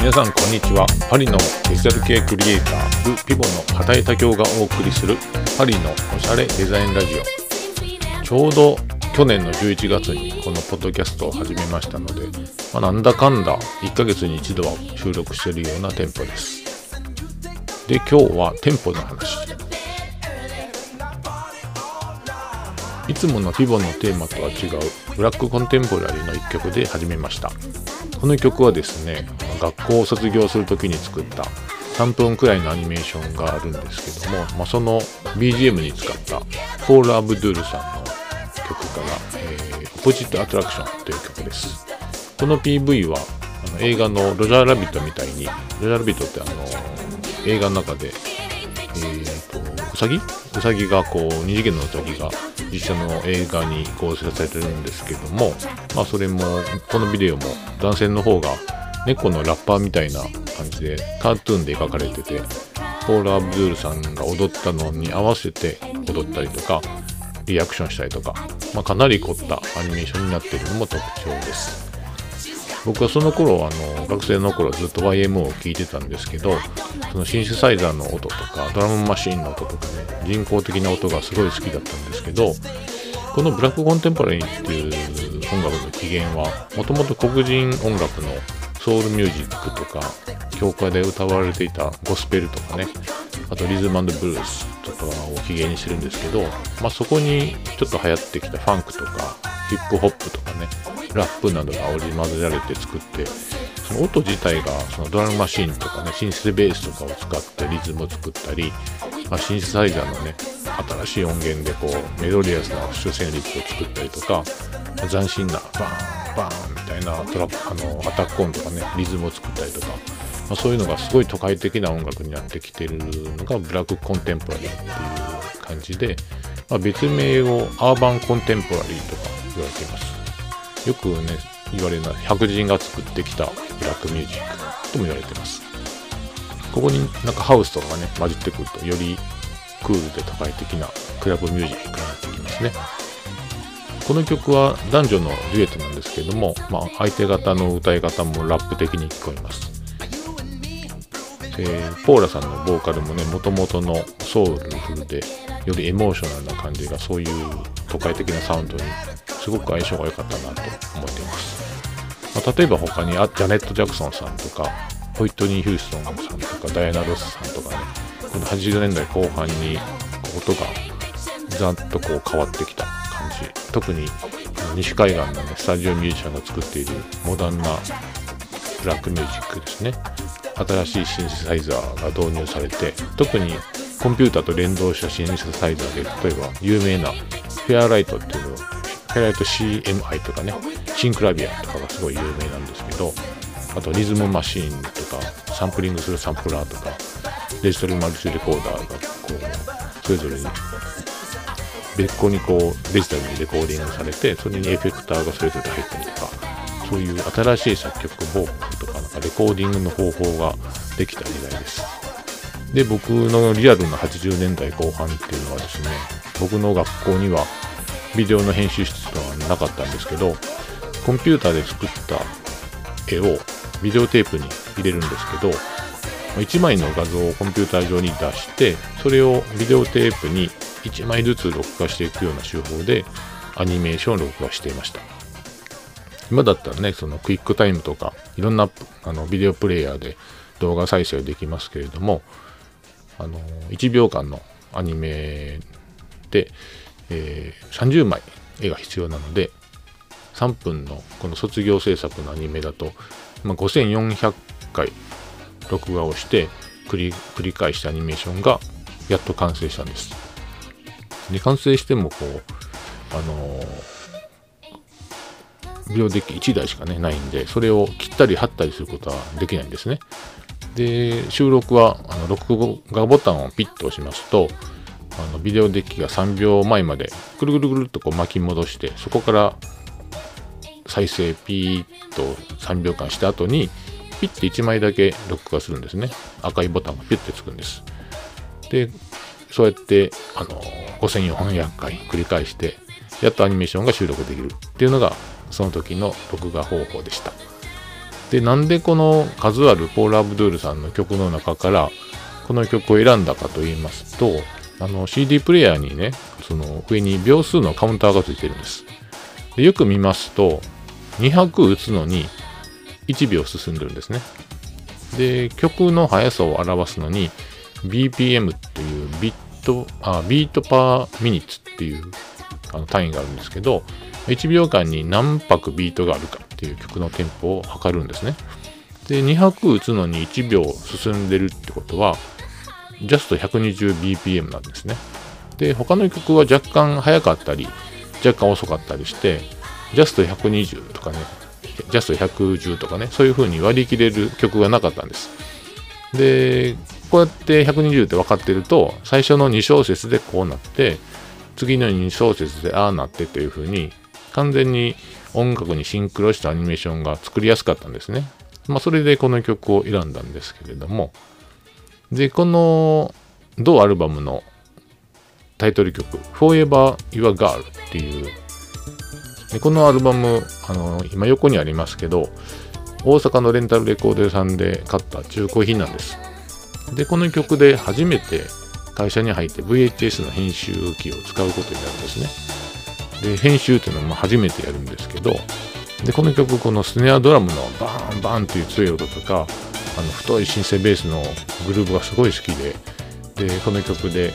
皆さんこんにちは。パリのデジタル系クリエイタールピボの畑井武雄がお送りするパリのおしゃれデザインラジオ。ちょうど去年の11月にこのポッドキャストを始めましたので、なんだかんだ1ヶ月に一度は収録しているようなテンポです。で、今日はテンポの話。いつものピボのテーマとは違うブラックコンテンポラリーの一曲で始めました。この曲はですね、学校を卒業するときに作った3分くらいのアニメーションがあるんですけども、その BGM に使ったポール・アブドゥールさんの曲から、オポジット・アトラクションという曲です。この PV は映画のロジャー・ラビットみたいに、ロジャー・ラビットって映画の中でウサギが二次元のウサギが実写の映画に構成されてるんですけども、それもこのビデオも男性の方が猫のラッパーみたいな感じでカートゥーンで描かれてて、ポール・アブドゥールさんが踊ったのに合わせて踊ったりとかリアクションしたりとか、かなり凝ったアニメーションになっているのも特徴です。僕はその頃学生の頃ずっと YMO を聴いてたんですけど、そのシンセサイザーの音とかドラムマシンの音とかね、人工的な音がすごい好きだったんですけど、このブラックコンテンポラリーっていう音楽の起源はもともと黒人音楽のソウルミュージックとか教会で歌われていたゴスペルとかね、あとリズム&ブルースとかを起源にしてるんですけど、そこにちょっと流行ってきたファンクとかヒップホップとかね、ラップなどが織り交ぜられて作って、その音自体がそのドラムマシンとかね、シンセベースとかを使ってリズムを作ったり、シンセサイザーのね、新しい音源でメロディアスな主旋律を作ったりとか、斬新なバーンバーンみたいなトラップアタック音とかね、リズムを作ったりとか、そういうのがすごい都会的な音楽になってきてるのがブラックコンテンポラリーっていう感じで、別名をアーバンコンテンポラリーとか言われています。よくね言われるのは白人が作ってきたブラックミュージックとも言われています。ここにハウスとかがね混じってくるとよりクールで都会的なクラブミュージックになってきますね。この曲は男女のデュエットなんですけども、相手方の歌い方もラップ的に聞こえます。ポーラさんのボーカルもね、もともとのソウルフルでよりエモーショナルな感じが、そういう都会的なサウンドにすごく相性が良かったなと思っています。例えば他にジャネット・ジャクソンさんとかホイットニー・ヒューストンさんとかダイアナ・ロスさんとかね、この80年代後半に音がざっと変わってきた感じ。特に西海岸のねスタジオミュージシャンが作っているモダンなブラックミュージックですね。新しいシンセサイザーが導入されて、特にコンピューターと連動したシンセサイザーで、例えば有名なフェアライトっていうの、フェアライト CMI とかね、シンクラビアとかがすごい有名なんですけど、あとリズムマシーンとかサンプリングするサンプラーとかデジタルマルチレコーダーがそれぞれに別個にデジタルにレコーディングされて、それにエフェクターがそれぞれ入ったりとか、そういう新しい作曲ボーカルとかレコーディングの方法ができた時代です。で、僕のリアルな80年代後半っていうのはですね、僕の学校にはビデオの編集室とかはなかったんですけど、コンピューターで作った絵をビデオテープに入れるんですけど、1枚の画像をコンピューター上に出して、それをビデオテープに1枚ずつ録画していくような手法でアニメーションを録画していました。今だったらね、そのクイックタイムとかいろんなビデオプレイヤーで動画再生できますけれども、1秒間のアニメで、30枚絵が必要なので、3分のこの卒業制作のアニメだと、5400回録画をして繰り返したアニメーションがやっと完成したんです。で、完成してもビデオデッキ1台しかねないんで、それを切ったり貼ったりすることはできないんですね。で、収録は録画ボタンをピッと押しますと、ビデオデッキが3秒前までぐるぐるぐるっと巻き戻して、そこから再生ピーッと3秒間した後にピッて1枚だけ録画するんですね。赤いボタンがピュッてつくんです。で、そうやって5400回繰り返してやっとアニメーションが収録できるっていうのがその時の録画方法でした。 で、なんでこの数あるポール・アブドゥールさんの曲の中からこの曲を選んだかと言いますと、CD プレイヤーにね、その上に秒数のカウンターがついてるんです。でよく見ますと、2拍打つのに1秒進んでるんですね。で、曲の速さを表すのに BPM というビートパーミニッツっていう単位があるんですけど、1秒間に何拍ビートがあるかっていう曲のテンポを測るんですね。で、2拍打つのに1秒進んでるってことは、ジャスト 120bpm なんですね。で、他の曲は若干速かったり、若干遅かったりして、ジャスト120とかね、ジャスト110とかね、そういう風に割り切れる曲がなかったんです。で、こうやって120って分かってると、最初の2小節でこうなって、次の2小節でああなってという風に、完全に音楽にシンクロしたアニメーションが作りやすかったんですね。それでこの曲を選んだんですけれども、で、この同アルバムのタイトル曲、Forever Your Girl っていう、でこのアルバム、今横にありますけど、大阪のレンタルレコード屋さんで買った中古品なんです。で、この曲で初めて会社に入って VHS の編集機を使うことになるんですね。で、編集っていうのも初めてやるんですけど、で、この曲、このスネアドラムのバーンバーンっていう強い音とか、太いシンセベースのグルーブがすごい好きで、で、この曲で、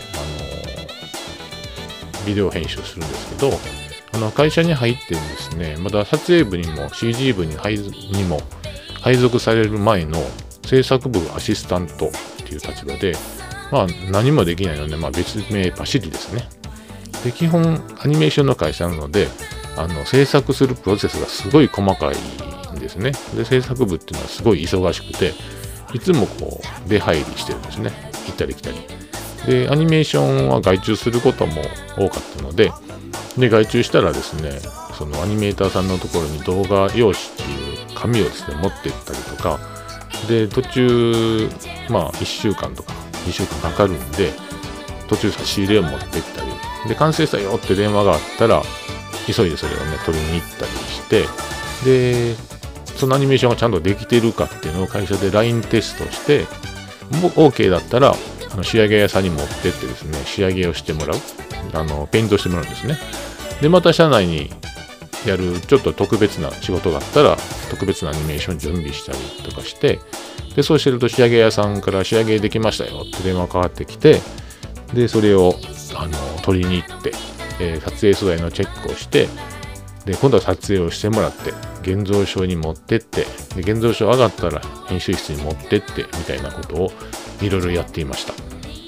ビデオ編集するんですけど、会社に入ってですね、まだ撮影部にも CG 部にも配属される前の制作部アシスタントっていう立場で、何もできないので、別名パシリですね。で、基本アニメーションの会社なので、制作するプロセスがすごい細かいんですね。で、制作部っていうのはすごい忙しくて、いつもこう出入りしてるんですね。行ったり来たり。で、アニメーションは外注することも多かったので、外注したらですね、そのアニメーターさんのところに動画用紙っていう紙をですね、持って行ったりとか、で、途中、1週間とか2週間かかるんで、途中差し入れを持って行ったり、で、完成したよって電話があったら、急いでそれをね、取りに行ったりして、で、そのアニメーションがちゃんとできているかっていうのを会社で LINE テストして、OK だったら、仕上げ屋さんに持ってってですね、仕上げをしてもらう。ペイントしてもらうんですね。で、また社内にやるちょっと特別な仕事があったら、特別なアニメーション準備したりとかして、で、そうしてると仕上げ屋さんから仕上げできましたよって電話かかってきて、で、それを取りに行って、撮影素材のチェックをして、で、今度は撮影をしてもらって、現像書に持ってって、で、現像書上がったら編集室に持ってって、みたいなことをいろいろやっていました。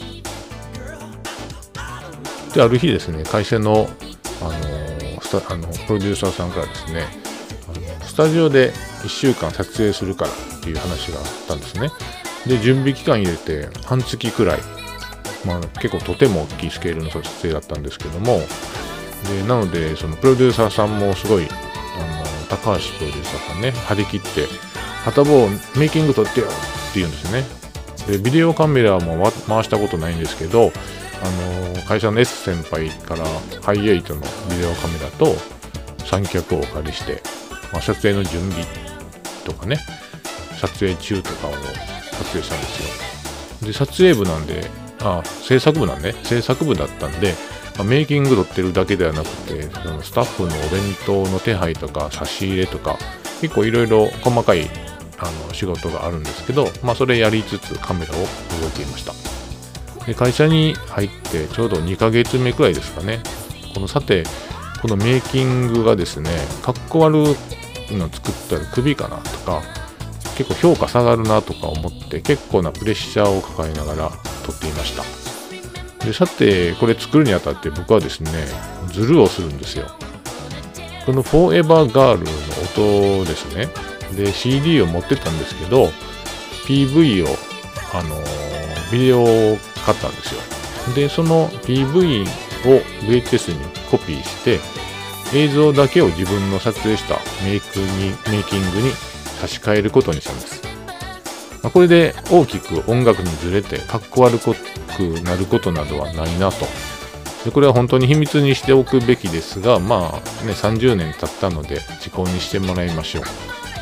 で、ある日ですね、会社の、プロデューサーさんからですね、スタジオで1週間撮影するからっていう話があったんですね。で、準備期間入れて半月くらい、結構とても大きいスケールの撮影だったんですけども、で、なので、そのプロデューサーさんもすごい、高橋プロデューサーさんね、張り切って、はたぼうメイキング撮ってよって言うんですね。で、ビデオカメラも回したことないんですけど、会社の S 先輩からハイエイトのビデオカメラと三脚をお借りして、撮影の準備とかね、撮影中とかを撮影したんですよ。で、撮影部なんで、制作部だったんで、メイキング撮ってるだけではなくて、そのスタッフのお弁当の手配とか差し入れとか、結構いろいろ細かい仕事があるんですけど、それやりつつカメラを動いていました。で、会社に入ってちょうど2ヶ月目くらいですかね。このメイキングがですね、かっこ悪いの作ったら首かなとか、結構評価下がるなとか思って、結構なプレッシャーを抱えながら撮っていました。で、さて、これ作るにあたって僕はですね、ズルをするんですよ。この Forever Girl の音ですね。で、CD を持ってったんですけど、PV を、ビデオを買ったんですよ。で、その PV を VHS にコピーして、映像だけを自分の撮影したメイキングに差し替えることにしたんです。これで大きく音楽にずれてかっこ悪くなることなどはないなと。で、これは本当に秘密にしておくべきですが、30年経ったので時効にしてもらいましょう。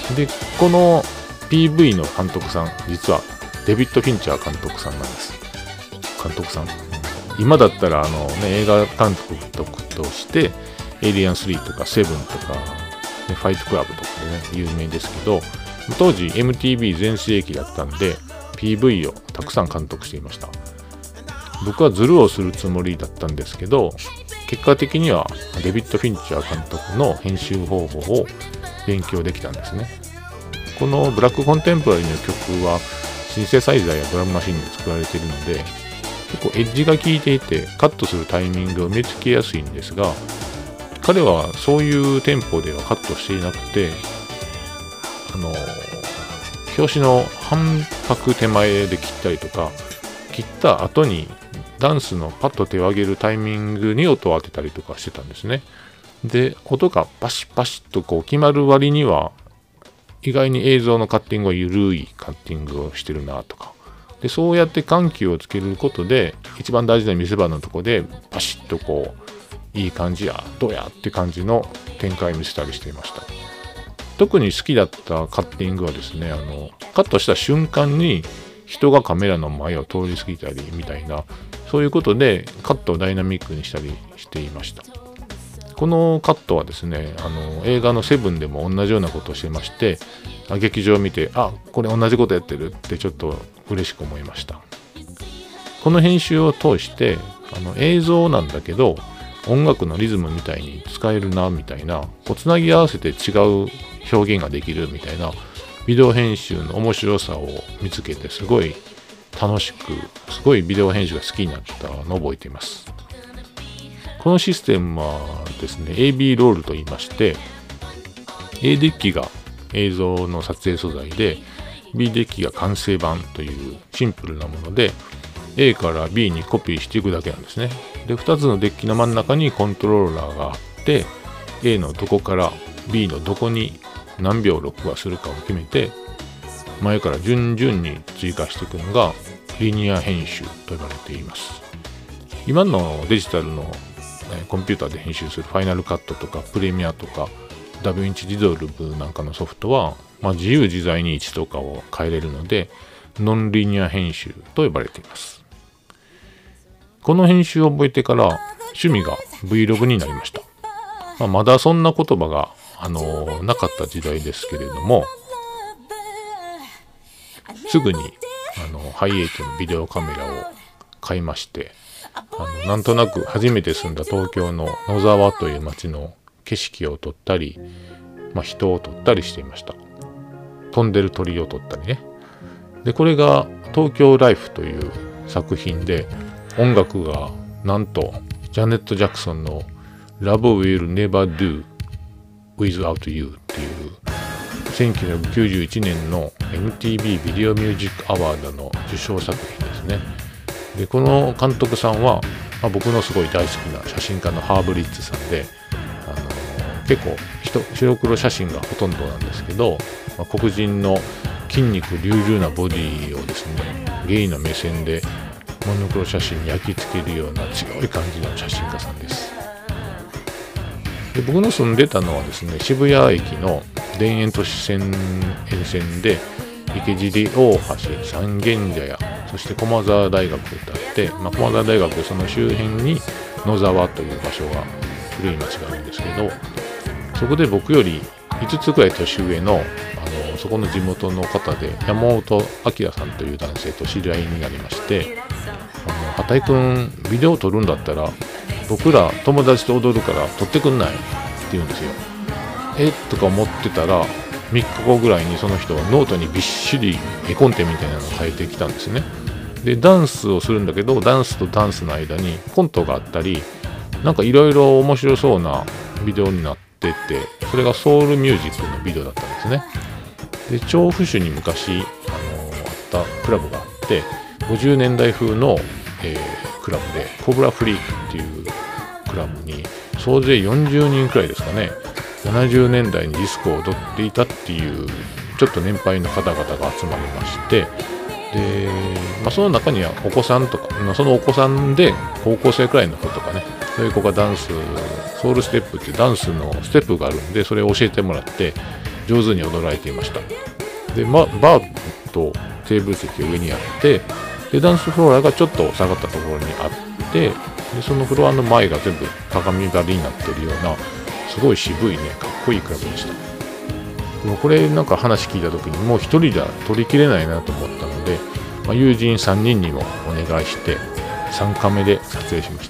でこの PV の監督さん、実はデビッド・フィンチャー監督さんなんです。監督さん、今だったら映画監督としてエイリアン3とかセブンとか、ファイトクラブとかでね有名ですけど、当時 MTV 全盛期だったんで PV をたくさん監督していました。僕はズルをするつもりだったんですけど、結果的にはデビッド・フィンチャー監督の編集方法を勉強できたんですね。このブラックコンテンポラリーの曲はシンセサイザーやドラムマシンで作られているので、結構エッジが効いていてカットするタイミングを見つけやすいんですが、彼はそういうテンポではカットしていなくて、表紙の半拍手前で切ったりとか、切った後にダンスのパッと手を上げるタイミングに音を当てたりとかしてたんですね。で、音がパシッパシッとこう決まる割には意外に映像のカッティングは緩いカッティングをしてるなとか、でそうやって緩急をつけることで一番大事な見せ場のとこでパシッとこういい感じやどうやって感じの展開を見せたりしていました。特に好きだったカッティングはですね、カットした瞬間に人がカメラの前を通り過ぎたりみたいな、そういうことでカットをダイナミックにしたりしていました。このカットはですね、映画のセブンでも同じようなことをしてまして、劇場を見てこれ同じことやってるってちょっと嬉しく思いました。この編集を通して映像なんだけど音楽のリズムみたいに使えるなみたいな、つなぎ合わせて違う表現ができるみたいなビデオ編集の面白さを見つけて、すごい楽しく、すごいビデオ編集が好きになったのを覚えています。このシステムはですね AB ロールと言いまして、 A デッキが映像の撮影素材で B デッキが完成版というシンプルなもので A から B にコピーしていくだけなんですね。で2つのデッキの真ん中にコントローラーがあって、 A のどこから B のどこに何秒録画するかを決めて前から順々に追加していくのがリニア編集と呼ばれています。今のデジタルのコンピューターで編集するファイナルカットとかプレミアとかダヴィンチリゾルブなんかのソフトは、自由自在に位置とかを変えれるのでノンリニア編集と呼ばれています。この編集を覚えてから趣味が Vlog になりました。まだそんな言葉がなかった時代ですけれども、すぐにハイエイトのビデオカメラを買いまして、なんとなく初めて住んだ東京の野沢という町の景色を撮ったり、人を撮ったりしていました。飛んでる鳥を撮ったりね。でこれが東京ライフという作品で、音楽がなんとジャネット・ジャクソンの Love Will Never Do Without You っていう1991年の MTV ビデオミュージックアワードの受賞作品ですね。でこの監督さんは、僕のすごい大好きな写真家のハーブリッツさんで、結構白黒写真がほとんどなんですけど、黒人の筋肉隆々なボディをですねゲイの目線でモノクロ写真に焼き付けるような強い感じの写真家さんです。で僕の住んでたのはですね、渋谷駅の田園都市線沿線で池尻大橋、三軒茶屋、そして駒沢大学とあって、駒沢大学その周辺に野沢という場所が古い町があるんですけど、そこで僕より5つくらい年上のそこの地元の方で山本明さんという男性と知り合いになりまして、畑井くんビデオ撮るんだったら僕ら友達と踊るから撮ってくんないって言うんですよ。とか思ってたら3日後ぐらいにその人はノートにびっしり絵コンテみたいなのを書いてきたんですね。でダンスをするんだけど、ダンスとダンスの間にコントがあったり、なんかいろいろ面白そうなビデオになってて、それがソウルミュージックのビデオだったんですね。で調布市に昔あったクラブがあって、50年代風の、クラブでコブラフリークっていうクラブに総勢40人くらいですかね、70年代にディスコを踊っていたっていうちょっと年配の方々が集まりまして、で、その中にはお子さんとか、そのお子さんで高校生くらいの子とかね、そういう子がダンス、ソウルステップっていうダンスのステップがあるんで、それを教えてもらって上手に踊られていました。で、バーとテーブル席が上にあって、でダンスフロアがちょっと下がったところにあって、でそのフロアの前が全部鏡張りになってるような、すごい渋いね、かっこいいクラブでした。でもこれなんか話聞いた時にもう一人では撮りきれないなと思ったので、友人3人にもお願いして3カメで撮影しました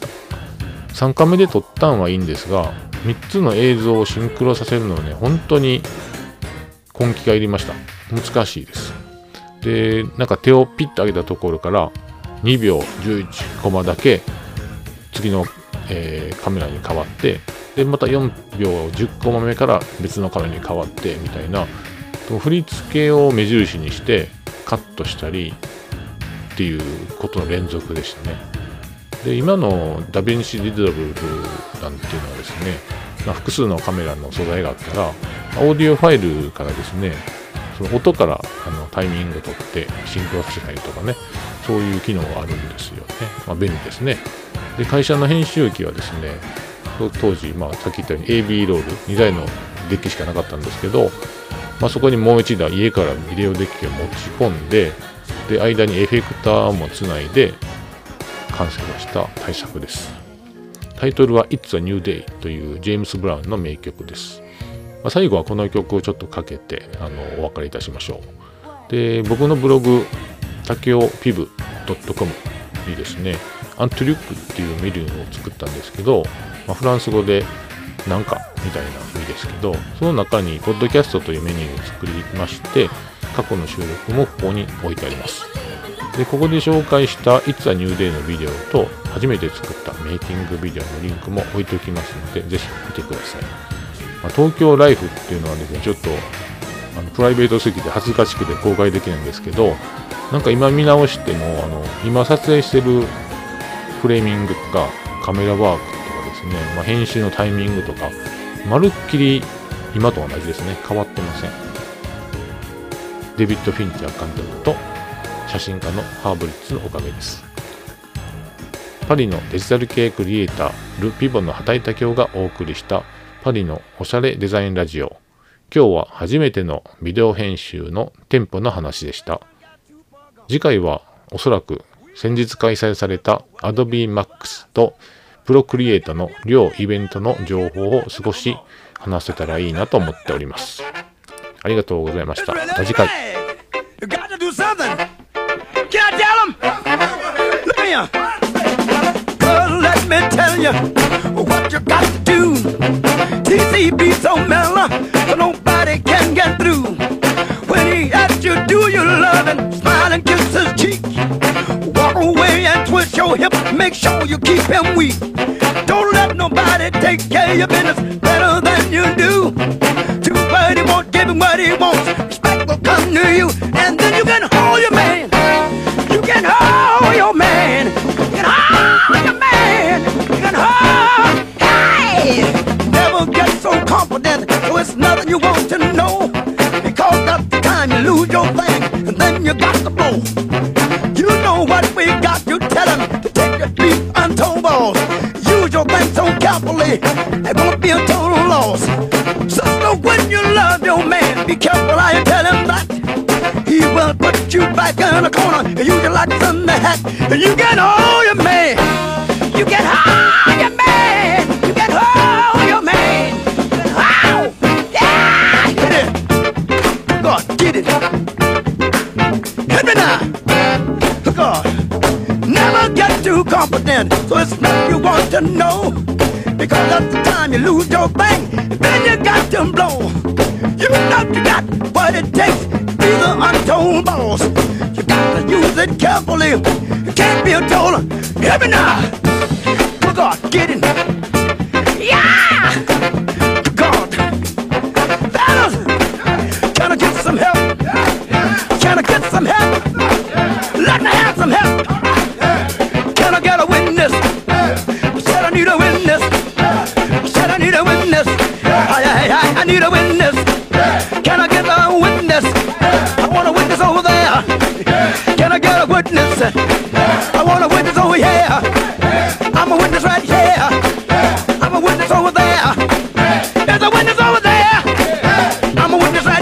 。3カメで撮ったんはいいんですが、3つの映像をシンクロさせるのはね、本当に根気がいりました。難しいです。で、なんか手をピッと上げたところから2秒11コマだけ次の、カメラに変わって、でまた4秒10コマ目から別のカメラに変わってみたいな、振り付けを目印にしてカットしたりっていうことの連続でしたね。で今のダヴィンチリゾルブなんていうのはですね、複数のカメラの素材があったらオーディオファイルからですね、その音からタイミングを取ってシンクロさせたりとかね、そういう機能があるんですよね。便利ですね。で会社の編集機はですね、当時、さっき言ったように AB ロール2台のデッキしかなかったんですけど、そこにもう1台家からビデオデッキを持ち込んで、で間にエフェクターもつないで完成をした大作です。タイトルは It's a New Day というジェームス・ブラウンの名曲です。最後はこの曲をちょっとかけてお別れいたしましょう。で僕のブログ竹尾ピブ .com にですね、アントゥリュックっていうメニューを作ったんですけど、フランス語でなんかみたいな意味ですけど、その中にポッドキャストというメニューを作りまして、過去の収録もここに置いてあります。でここで紹介した It's a New Day のビデオと初めて作ったメイキングビデオのリンクも置いておきますので、ぜひ見てください。東京ライフっていうのはですね、ちょっとプライベートすぎて恥ずかしくて公開できないんですけど、なんか今見直しても今撮影してるフレーミングとかカメラワークとかですね、編集のタイミングとかまるっきり今と同じですね。変わってません。デビッド・フィンチャー監督と写真家のハーブリッツのおかげです。パリのデジタル系クリエイタール・ピボの畑井武雄がお送りしたパリのおしゃれデザインラジオ。今日は初めてのビデオ編集のテンポの話でした。次回はおそらく先日開催された Adobe Max とプロクリエイタの両イベントの情報を少し話せたらいいなと思っております。ありがとうございました。また次回。Let me tell you what you got to do. TCB so mellow, so nobody can get through. When he asks you, do you love him? Smile and kiss his cheek. Walk away and twist your hip. Make sure you keep him weak. Don't let nobody take care of your business better than you do. Too bad he won't give him what he wants. Respect will come to you, and then you can hold your man. You can hold your man. You can hold your man. You can hold. Hey! Never get so confident, so it's nothing you want to know. Because that's the time you lose your thing, and then you got to blow. You know what we got, you tell him to take your deep untold balls. Use your thing so carefully, it won't be a total loss. So when you love your man, be careful how you tell him that. He will put you back in a corner and use your lights in the hat. And you can hold your man. You can hold your man. You can hold your man. You can hold. Yeah! Hit it. God, get it. Hit me now. God. Never get too confident, so it's nothing you want to know. Because that's the time you lose your thing, then you got to blow. You know you got what it takes. Be the untold boss. You got to use it carefully. You can't be a total. Hear me now. Good God, get it. Yeah! Good God. Fellas, can I get some help? Can I get some help? Let me have some help. Can I get a witness? Said I need a witness. Said I need a witness. I need a witness. Can I get a witness? I want a witness over there. Can I get a witness? I want a witness over here. I'm a witness right here. I'm a witness over there. There's a witness over there. I'm a witness right here.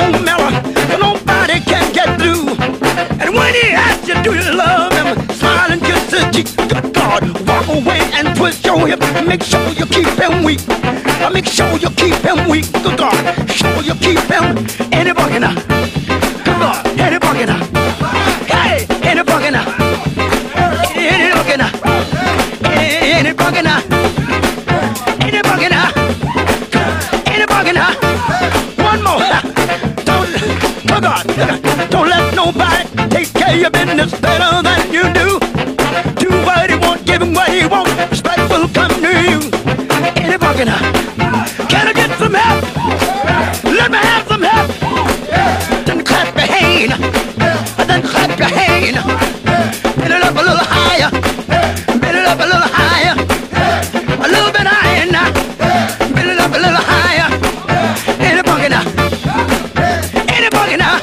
so mellow, nobody can get through. And when he asks you, do you love him? Smile and kiss his cheek. Good God, walk away and twist your hip. Make sure you keep him weak. Make sure you keep him weak. Good God, sure you keep him. Any bugging now. Good God, any bugging now. Hey, any bugging now. Any bugging now. Any bugging now. Any bugging now. Any bugging now. One more. Don't let nobody take care of your business better than you do. Do what he wants, give him what he wants. Respect will come to you. Any bugging now. Can I get some help? Let me have some help. Then clap your hand. Then clap your hand. Bend it up a little higher. Bend it up a little higher. A little bit higher now. Bend it up a little higher. Any bugging now. Any bugging now.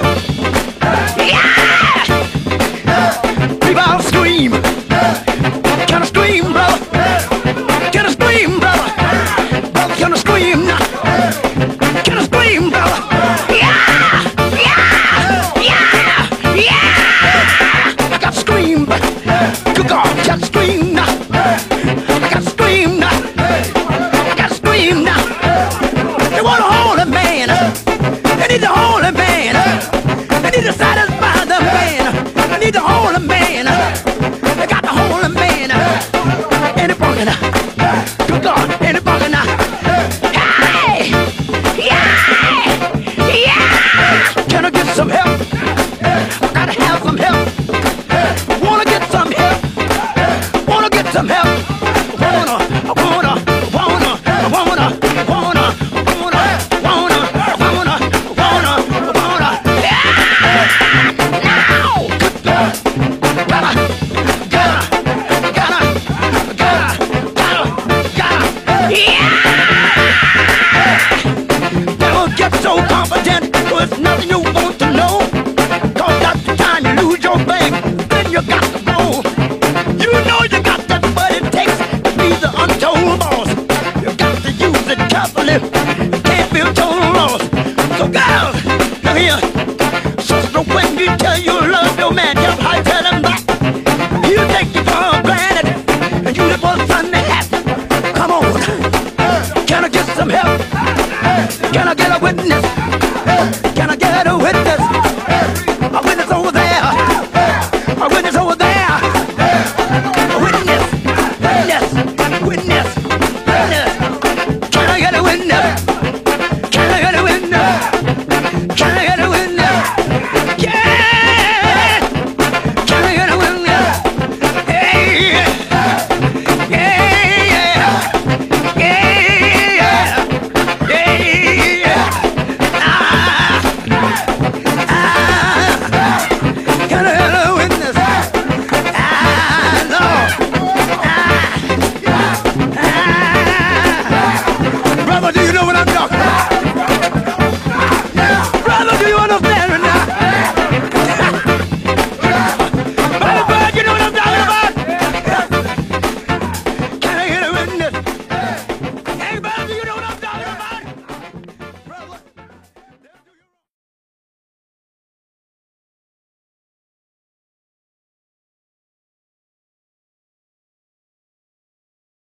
Yeah! People all scream. Can I scream, brother? Can I scream, brother? Brother, can I scream now? Can I scream, brother? Yeah! Yeah! Yeah! Yeah! I got to scream. Good God, can I scream now? I got to scream now. I got to scream now. They want a holy man. They need a holy man. They need to satisfy the man. They need the holy man. They got the holy man. Any bugging now. Good God, any bugging now. Hey! Yeah! Yeah! Can I get some help? I gotta have some help. Wanna get some help? Wanna get some help? Don't get so confident, there's nothing you want to know. Cause that's the time you lose your thing, then you got to go. You know you got that, but it takes to be the untold boss. You got to use it carefully, you can't be total loss. So girls, now here, sister, when you tell you love your man,